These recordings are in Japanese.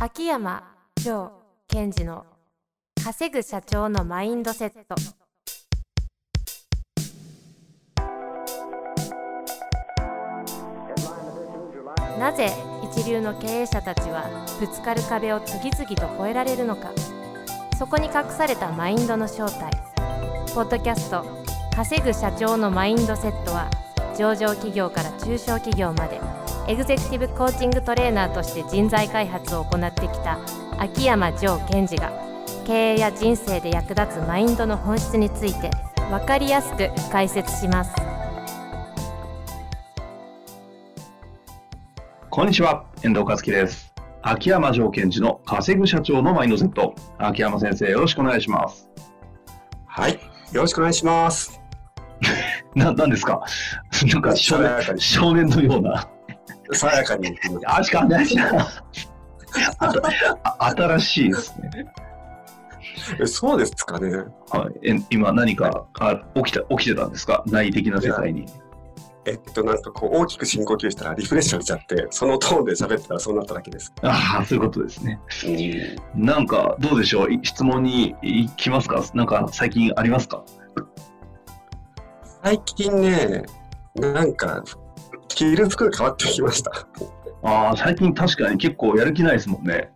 秋山城賢治の稼ぐ社長のマインドセット。なぜ一流の経営者たちはぶつかる壁を次々と越えられるのか。そこに隠されたマインドの正体。ポッドキャスト稼ぐ社長のマインドセットは、上場企業から中小企業までエグゼクティブコーチングトレーナーとして人材開発を行ってきた秋山城賢治が、経営や人生で役立つマインドの本質について分かりやすく解説します。 こんにちは、遠藤和樹です。秋山城賢治の稼ぐ社長のマインドセット。秋山先生、よろしくお願いします。 はい、よろしくお願いします。 何ですか？なんか少年のような。 爽やかに。 しかないじゃん。新しいですね。 そうですかね。 はい、今何か起きてたんですか？内的な世界に。 なんかこう大きく深呼吸したらリフレッシュしちゃって、そのトーンで喋ったらそうなっただけです。 ああ、そういうことですね。なんかどうでしょう？質問に行きますか？なんか最近ありますか？ 最近ね、なんか着る服が変わってきました。 最近確かに結構やる気ないですもんね。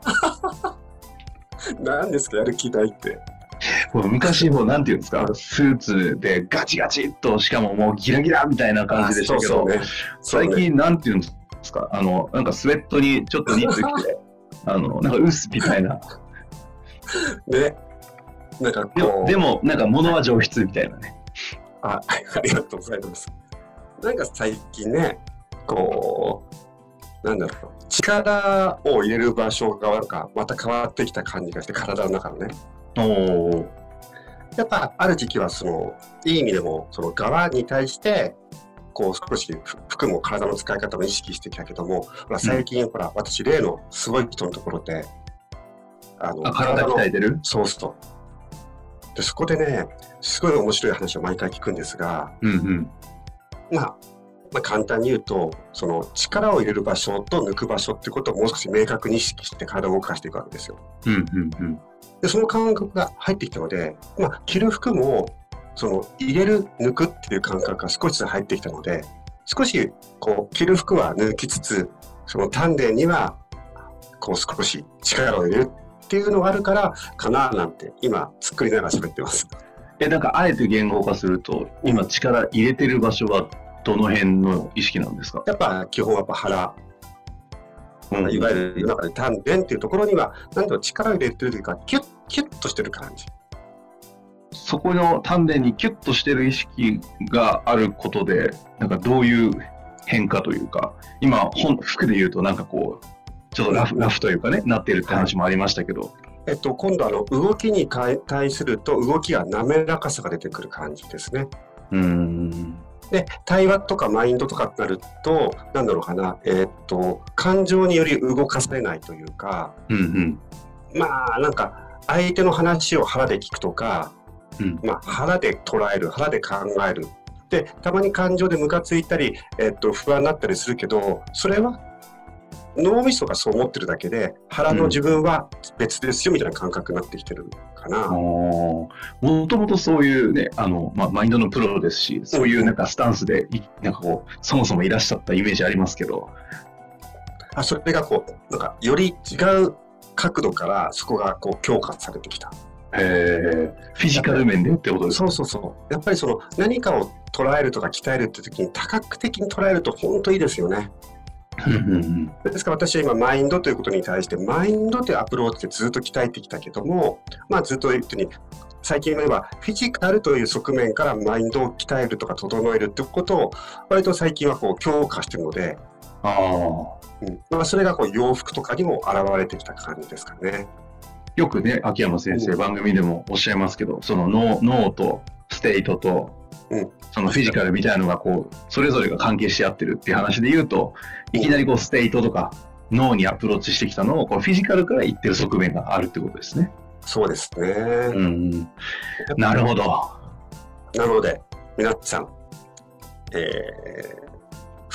何ですか、やる気ないって。 昔もなんていうんですか、スーツでガチガチっと、しかももうギラギラみたいな感じでしたけど、最近なんていうんですか、なんかスウェットにちょっとニット着てなんか薄みたいな。 ね、なんかでもなんか物は上質みたいなね。 ありがとうございます。なんか最近ね、こうなんだろう、力を入れる場所がなんかまた変わってきた感じがして、体の中のね。やっぱある時期はいい意味でもその側に対してこう少し服も体の使い方も意識してきたけども、最近私例のすごい人のところで体鍛えてる？ そうで、そこでね、すごい面白い話を毎回聞くんですが、まあ簡単に言うと、その力を入れる場所と抜く場所ってことをもう少し明確に意識して体を動かしていくわけですよ。で、その感覚が入ってきたので、着る服もその入れる抜くっていう感覚が少しずつ入ってきたので、少しこう着る服は抜きつつ、その丹田にはこう少し力を入れるっていうのがあるからかななんて今作りながら喋ってます。 なんかあえて言語化すると、今力入れてる場所はどの辺の意識なんですか？ やっぱ基本は腹、いわゆる中で丹田っていうところには何だろう、力を入れてるというかキュッとしてる感じ。 そこの丹田にキュッとしてる意識があることで、なんかどういう変化というか、今服で言うとなんかこうちょっとラフというかね、なってるって話もありましたけど、 今度動きに対すると動きが滑らかさが出てくる感じですね。で、対話とかマインドとかってなると、なんだろうかな、感情により動かされないというか、なんか相手の話を腹で聞くとか、腹で捉える、腹で考える。で、たまに感情でムカついたり、不安になったりするけど、それは脳みそがそう思ってるだけで、腹の自分は別ですよみたいな感覚になってきてるかな。 もともとそういうね、マインドのプロですし、そういうなんかスタンスでなんかこうそもそもいらっしゃったイメージありますけど、 それがこうなんかより違う角度からそこがこう強化されてきた。 フィジカル面でってことですか？ そう。やっぱり何かを捉えるとか鍛えるって時に多角的に捉えると本当いいですよね。ですから私は今マインドということに対してマインドというアプローチでずっと鍛えてきたけども、ずっと言うように最近はフィジカルという側面からマインドを鍛えるとか整えるってことを割と最近はこう強化しているので、それがこう洋服とかにも現れてきた感じですかね。 よくね、秋山先生、番組でもおっしゃいますけど、その脳とステートと、そのフィジカルみたいなのがこうそれぞれが関係し合ってるっていう話で言うと、いきなりこうステートとか脳にアプローチしてきたのをこうフィジカルから言ってる側面があるってことですね。 そうですね。 なるほど。 なので皆さん、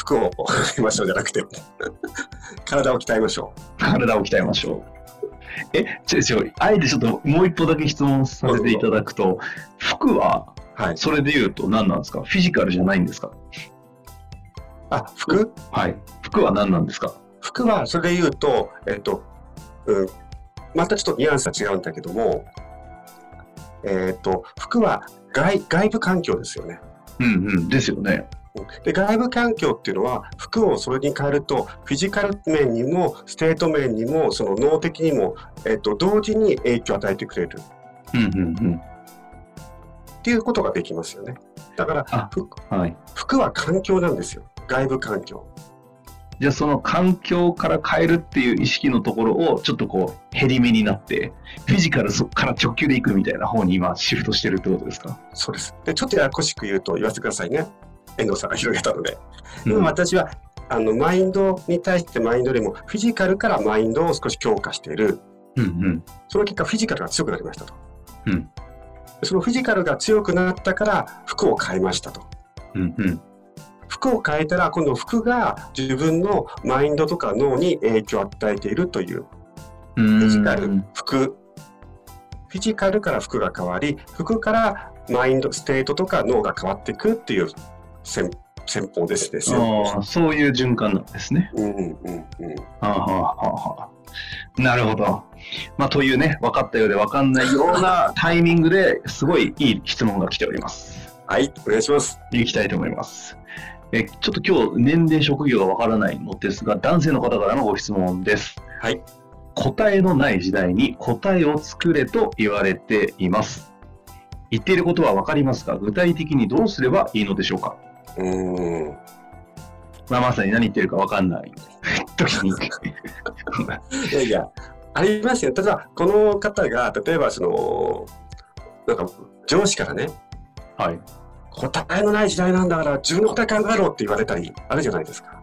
服を着ましょうじゃなくて体を鍛えましょう。 体を鍛えましょう。あえてちょっともう一歩だけ質問させていただくと、服はそれで言うと何なんですか？フィジカルじゃないんですか？ 服？ はい。服は何なんですか？ 服はそれで言うと、またちょっとニュアンスは違うんだけども、服は外部環境ですよね。 ですよね。 で、外部環境っていうのは、服をそれに変えると、フィジカル面にも、ステート面にも、その脳的にも、同時に影響を与えてくれる。っていうことができますよね。だから、服は環境なんですよ。外部環境。 じゃあその環境から変えるっていう意識のところをちょっとこう減り目になってフィジカルそこから直球でいくみたいな方に今シフトしてるってことですか？ そうです。でちょっとややこしく言うと言わせてくださいね。遠藤さんが広げたので、私はマインドに対してマインドよりもフィジカルからマインドを少し強化している、その結果フィジカルが強くなりましたと、そのフィジカルが強くなったから服を変えましたと、服を変えたら今度服が自分のマインドとか脳に影響を与えているというフィジカル、服、フィジカルから服が変わり、服からマインド、ステートとか脳が変わっていくっていう戦法ですね。 そういう循環なんですね。なるほど。というね、分かったようで分かんないようなタイミングですごいいい質問が来ております。 はい、お願いします。 いきたいと思います。ちょっと今日年齢職業がわからないのですが、男性の方からのご質問です。 はい。 答えのない時代に答えを作れと言われています。言っていることはわかりますが、具体的にどうすればいいのでしょうか？まさに何言ってるかわかんない時にいやありますよ。ただこの方が例えばなんか上司からね、答えのない時代なんだから自分の答え考えろって言われたりあるじゃないですか。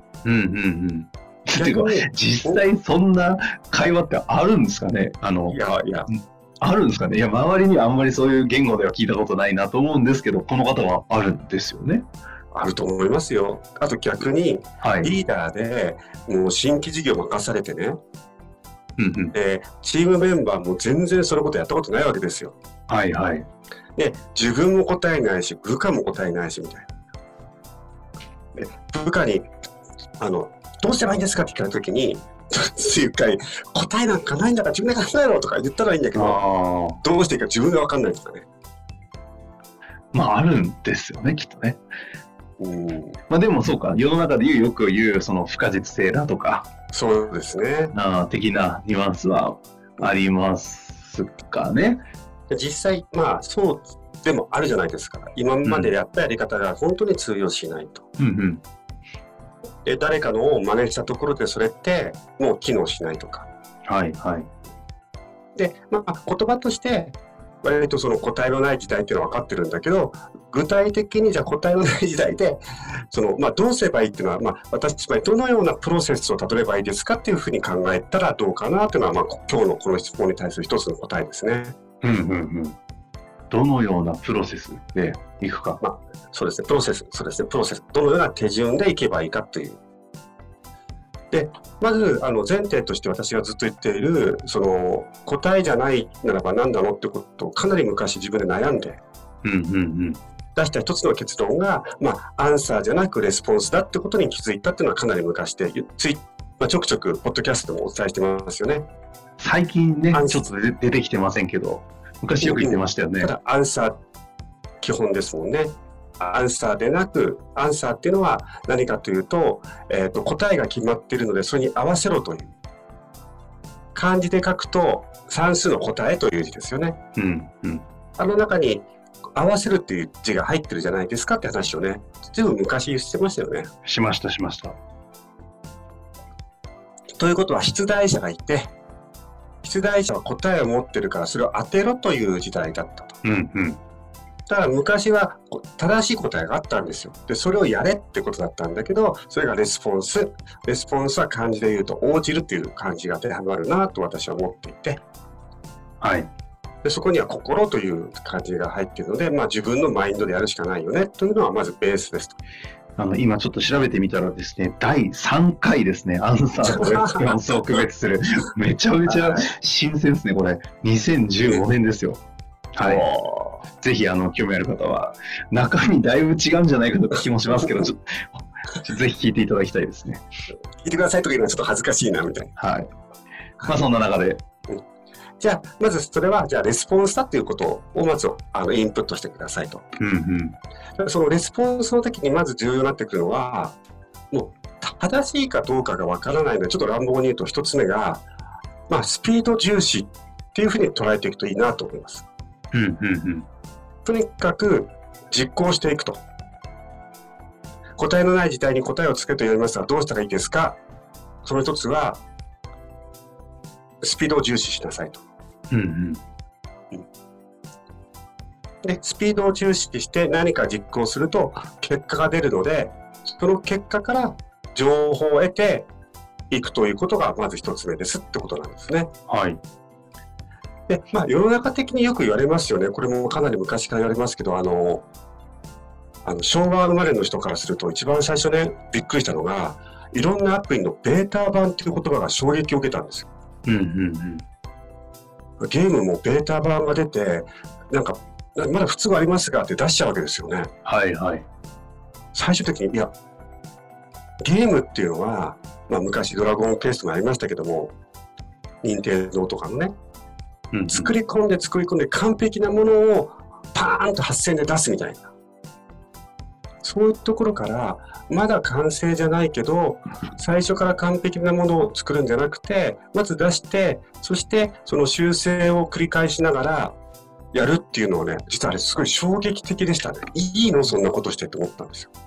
実際そんな会話ってあるんですかね？あるんですかね？周りにはあんまりそういう言語では聞いたことないなと思うんですけど、この方はあるんですよね。 あると思いますよ。あと逆に、リーダーでもう新規事業任されてね、でチームメンバーも全然そのことやったことないわけですよ。で自分も答えないし部下も答えないしみたいな。で部下にどうすればいいんですかって聞かれた時につい一回答えなんかないんだから自分で考えろとか言ったらいいんだけど、どうしていいか自分が分かんないとかね。 あるんですよね、きっとね。でもそうか、世の中でよく言うその不可実性だとか、 そうですね、 的なニュアンスはありますかね。 実際そうでもあるじゃないですか。今までやったやり方が本当に通用しないと、で誰かのを真似したところでそれってもう機能しないとか、で言葉として割とその答えのない時代っていうのは分かってるんだけど、具体的にじゃあ答えのない時代でどうすればいいっていうのは、私たちどのようなプロセスをたどればいいですかっていうふうに考えたらどうかなっていうのは、今日のこの質問に対する一つの答えですね。 どのようなプロセスでいくか。 そうですね、プロセス。どのような手順でいけばいいかという。でまず前提として私がずっと言っている答えじゃないならば何なのってことをかなり昔自分で悩んで出した一つの結論が、アンサーじゃなくレスポンスだってことに気づいたっていうのはかなり昔でちょくちょくポッドキャストでもお伝えしてますよね。 最近ねちょっと出てきてませんけど昔よく言ってましたよね。 ただアンサー基本ですもんね。アンサーでなく、アンサーっていうのは何かというと、答えが決まっているのでそれに合わせろという。漢字で書くと算数の答えという字ですよね。中に合わせるっていう字が入ってるじゃないですかって話をね、ずいぶん昔してましたよね。 しました。 ということは出題者がいて、出題者は答えを持ってるからそれを当てろという時代だったと。だから昔は正しい答えがあったんですよ。でそれをやれってことだったんだけど、それがレスポンスは漢字で言うと応じるっていう漢字が当てはまるなと私は思っていて、でそこには心という漢字が入っているので、自分のマインドでやるしかないよねというのはまずベースですと。 今ちょっと調べてみたらですね、第3回ですね、アンサーとレスポンスを区別する。めちゃめちゃ新鮮ですね、これ。2015年ですよ。はい。ぜひ、興味ある方は、中身だいぶ違うんじゃないかという気もしますけど、ちょっとぜひ聞いていただきたいですね。 聞いてくださいとか言うのはちょっと恥ずかしいな、みたいな。 はい。まあ、そんな中で。 じゃあ、まずそれは、じゃあ、レスポンスだっていうことを、まず、インプットしてくださいと。そのレスポンスの時にまず重要になってくるのは、もう、正しいかどうかがわからないので、ちょっと乱暴に言うと、一つ目が、スピード重視っていうふうに捉えていくといいなと思います。とにかく、実行していくと。答えのない事態に答えをつけると言われますが、どうしたらいいですか？その一つは、スピードを重視しなさいと。で、スピードを重視して何か実行すると結果が出るので、その結果から情報を得ていくということがまず一つ目ですってことなんですね。 はい。 で、世の中的によく言われますよね。これもかなり昔から言われますけど、昭和生まれの人からすると一番最初ね、びっくりしたのが、いろんなアプリのベータ版という言葉が衝撃を受けたんですよ。ゲームもベータ版が出て、なんか、まだ普通はありますがって出しちゃうわけですよね。 はいはい。 最終的に、ゲームっていうのは、昔ドラゴンクエストもありましたけども、任天堂とかのね、作り込んで完璧なものをパーンと8000円で出すみたいな。そういうところから、まだ完成じゃないけど、最初から完璧なものを作るんじゃなくて、まず出して、そしてその修正を繰り返しながらやるっていうのをね、実はあれすごい衝撃的でしたね。いいのそんなことしてって思ったんですよ。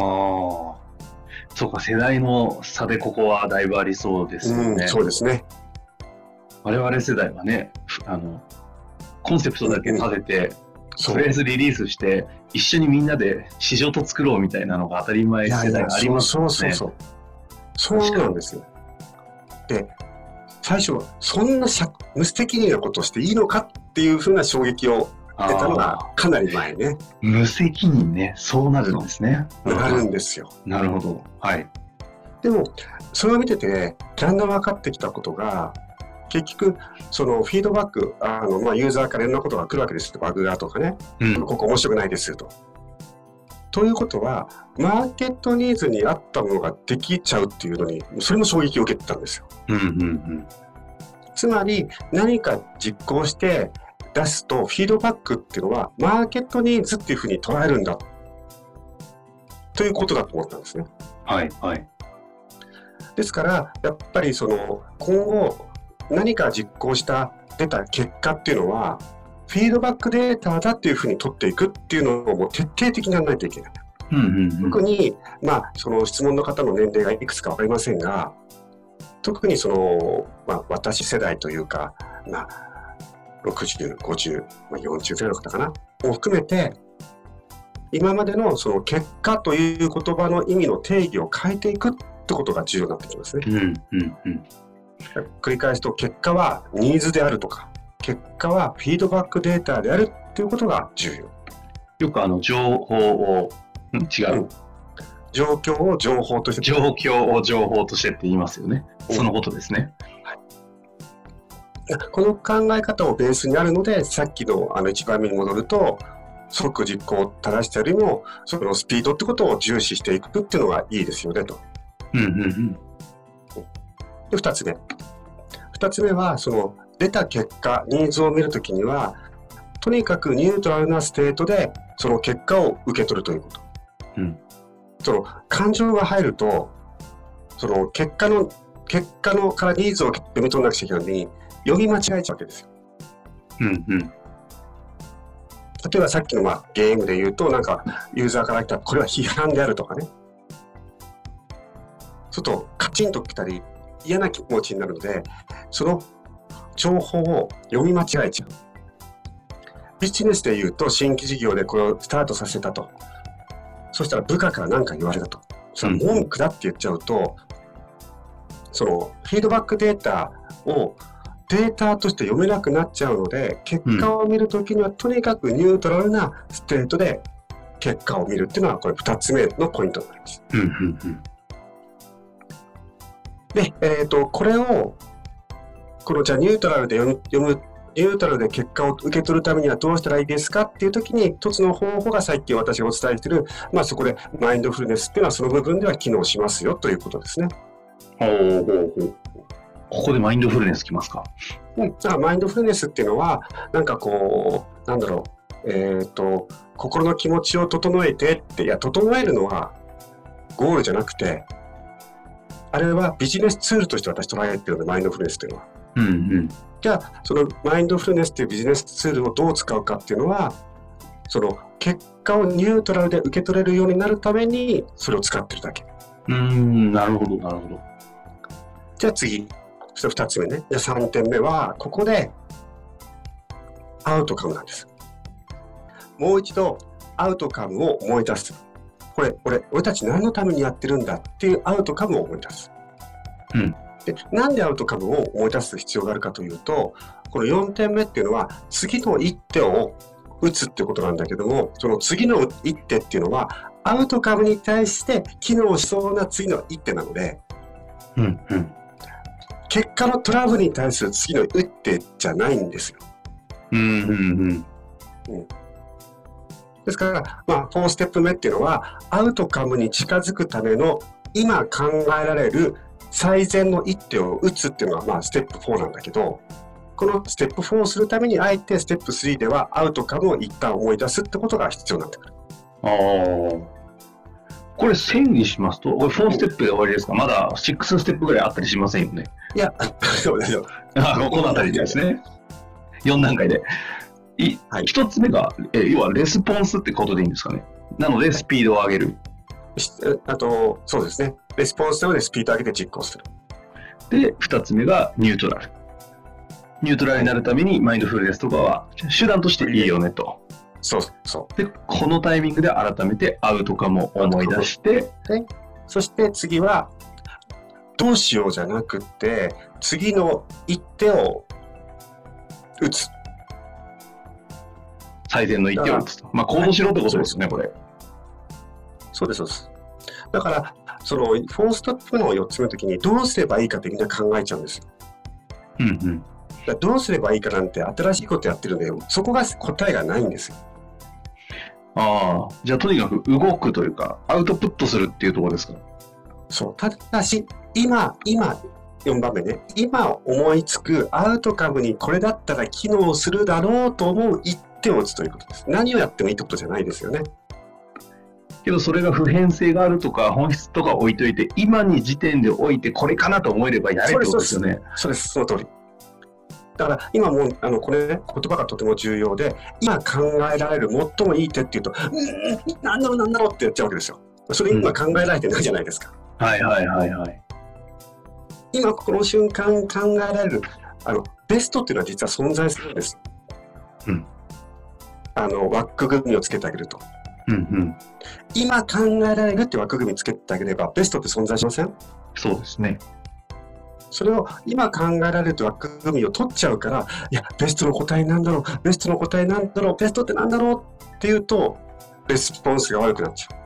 そうか、世代の差でここはだいぶありそうですよね。 そうですね。 我々世代はね、コンセプトだけ立てて、とりあえずリリースして一緒にみんなで市場と作ろうみたいなのが当たり前世代ありますね。 そうなんですよ。で、最初はそんな無責任なことをしていいのかっていうふうな衝撃を出たのがかなり前ね。 無責任ね、そうなるんですね。 なるんですよ。 なるほど。はい。 でもそれを見ててだんだん分かってきたことが、結局そのフィードバックユーザーからいろんなことが来るわけですよ。バグがとかね、ここ面白くないですと。ということはマーケットニーズに合ったものができちゃうっていうのに、それも衝撃を受けてたんですよ。つまり何か実行して出すとフィードバックっていうのはマーケットニーズっていうふうに捉えるんだということだと思ったんですね。 はいはい。 ですからやっぱりその今後何か実行した出た結果っていうのはフィードバックデータだっていうふうに取っていくっていうのをもう徹底的にやらないといけない。特にその質問の方の年齢がいくつか分かりませんが、特にその私世代というか60、50、40ぐらいの方かなを含めて、今までのその結果という言葉の意味の定義を変えていくってことが重要になってきますね。繰り返すと、結果はニーズであるとか、結果はフィードバックデータであるっていうことが重要。 よく情報を、 状況を情報として。 状況を情報としてって言いますよね。そのことですね。 この考え方をベースにあるので、さっきの1番目に戻ると、即実行を正したよりも、そのスピードってことを重視していくっていうのがいいですよねと。で、2つ目。2つ目は、その出た結果、ニーズを見るときには、とにかくニュートラルなステートでその結果を受け取るということ。その感情が入ると、その結果のからニーズを読み取らなくちゃいけないのに、読み間違えちゃうわけですよ。例えばさっきのゲームで言うと、なんかユーザーから来たこれは批判であるとかね。ちょっとカチンときたり嫌な気持ちになるので、その情報を読み間違えちゃう。ビジネスで言うと、新規事業でこれをスタートさせたと。そしたら部下から何か言われたと。その文句だって言っちゃうと、そのフィードバックデータをデータとして読めなくなっちゃうので、結果を見るときにはとにかくニュートラルなステートで結果を見るっていうのは、これ2つ目のポイントになります。で、これを、じゃあニュートラルでニュートラルで結果を受け取るためにはどうしたらいいですかっていうときに、一つの方法がさっき私がお伝えしている、そこでマインドフルネスっていうのはその部分では機能しますよということですね。 ここでマインドフルネスきますか。 だからマインドフルネスっていうのは、心の気持ちを整えてって、整えるのはゴールじゃなくて、あれはビジネスツールとして私捉えてるので、マインドフルネスというのは。じゃあ、そのマインドフルネスというビジネスツールをどう使うかっていうのは、その結果をニュートラルで受け取れるようになるために、それを使ってるだけ。 なるほど、なるほど。 じゃあ次、そして2つ目ね。じゃあ3点目は、ここでアウトカムなんです。もう一度アウトカムを思い出す。俺たち何のためにやってるんだっていうアウトカムを思い出す。で、なんでアウトカムを思い出す必要があるかというと、この4点目っていうのは次の一手を打つっていうことなんだけども、その次の一手っていうのはアウトカムに対して機能しそうな次の一手なので、結果のトラブルに対する次の一手じゃないんですよ。ですから、4ステップ目っていうのは、アウトカムに近づくための今考えられる最善の一手を打つっていうのが、ステップ4なんだけど、このステップ4をするために、あえてステップ3ではアウトカムを一旦思い出すってことが必要になってくる。 これ整理しますと、これ4ステップで終わりですか？まだ6ステップぐらいあったりしませんよね。 いや、そうですよ。 このあたりですね。4段階で。1つ目が、要はレスポンスってことでいいんですかね。なので、スピードを上げる。 そうですね。レスポンスなのでスピードを上げて実行する。 で、2つ目がニュートラル。ニュートラルになるためにマインドフルネスとかは手段としていいよねと。 そう。 で、このタイミングで改めてアウトカムを思い出して、 そして次は、どうしようじゃなくて、次の一手を打つ。 最善の一手を打つと。行動しろってことですね、これ。 そうです。だから、その4ステップの4つ目の時にどうすればいいかってみんな考えちゃうんですよ。どうすればいいかなんて新しいことやってるんで、そこが答えがないんですよ。 じゃあとにかく動くというか、アウトプットするっていうところですか？ そう。ただし、今、4番目ね。今思いつくアウトカムにこれだったら機能するだろうと思う一手を打つということです。何をやってもいいってことじゃないですよね。 けどそれが普遍性があるとか本質とか置いといて、今に時点で置いてこれかなと思えればやれってことですよね。 そうです。その通り。だから今もこれね、言葉がとても重要で、今考えられる最もいい手っていうと、なんだろうってやっちゃうわけですよ。それ今考えられてないじゃないですか。今この瞬間考えられるベストっていうのは実は存在するんです。枠組みをつけてあげると。今考えられるって枠組みつけてあげればベストって存在しません？ そうですね。 それを今考えられるって枠組みを取っちゃうから、いやベストの答えなんだろう、ベストってなんだろうっていうとレスポンスが悪くなっちゃ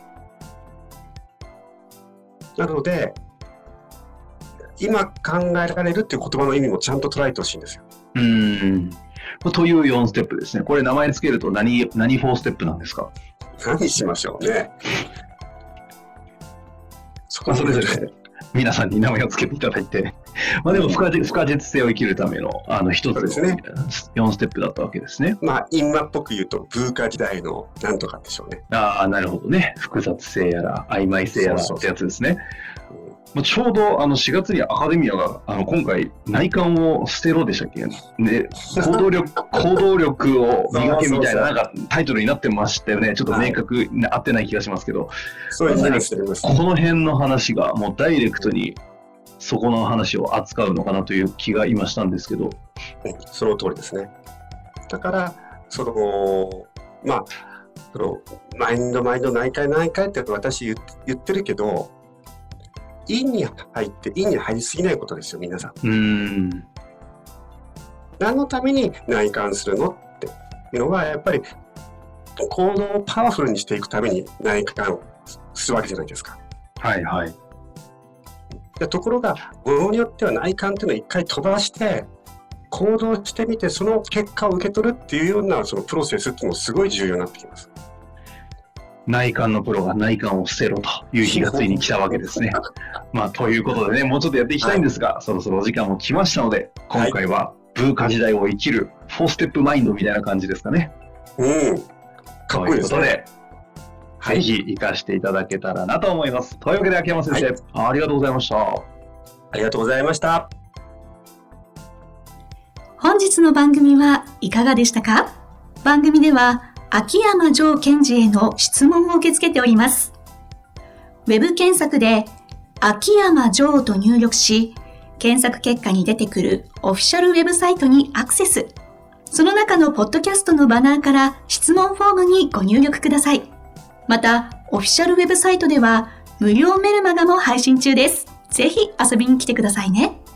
う。なので今考えられるっていう言葉の意味もちゃんと捉えてほしいんですよ。 という4ステップですね。これ名前つけると何4ステップなんですか？ 何しましょうね。 それぞれ皆さんに名前をつけていただいて、でも不可実性を生きるための一つですね。4ステップだったわけですね。 因果っぽく言うとブーカ時代のなんとかでしょうね。 なるほどね。複雑性やら曖昧性やらってやつですね。ちょうど4月にアカデミアが今回内観を捨てろでしたっけね、行動力を磨けみたいなタイトルになってましたよね。ちょっと明確に合ってない気がしますけど、 そういう話この辺の話がもうダイレクトにそこの話を扱うのかなという気が今したんですけど、 その通りですね。だからマインド内回って私言ってるけど、陰に入りすぎないことですよ、皆さん。何のために内観するのっていうのは、やっぱり行動をパワフルにしていくために内観をするわけじゃないですか。 はいはい。 でところが、ものによっては内観っていうのを一回飛ばして、行動してみて、その結果を受け取るっていうようなそのプロセスっていうのもすごい重要になってきます。 内観のプロが内観を捨てろという日がついに来たわけですね。ということでね、もうちょっとやっていきたいんですが、そろそろお時間も来ましたので、今回はブーカ時代を生きる4ステップマインドみたいな感じですかね。 かっこいいですね。 ということで、ぜひ活かしていただけたらなと思います。というわけで秋山先生、ありがとうございました。 ありがとうございました。 本日の番組はいかがでしたか？番組では秋山城賢治への質問を受け付けております。ウェブ検索で秋山城と入力し、検索結果に出てくるオフィシャルウェブサイトにアクセス。その中のポッドキャストのバナーから質問フォームにご入力ください。また、オフィシャルウェブサイトでは無料メルマガも配信中です。ぜひ遊びに来てくださいね。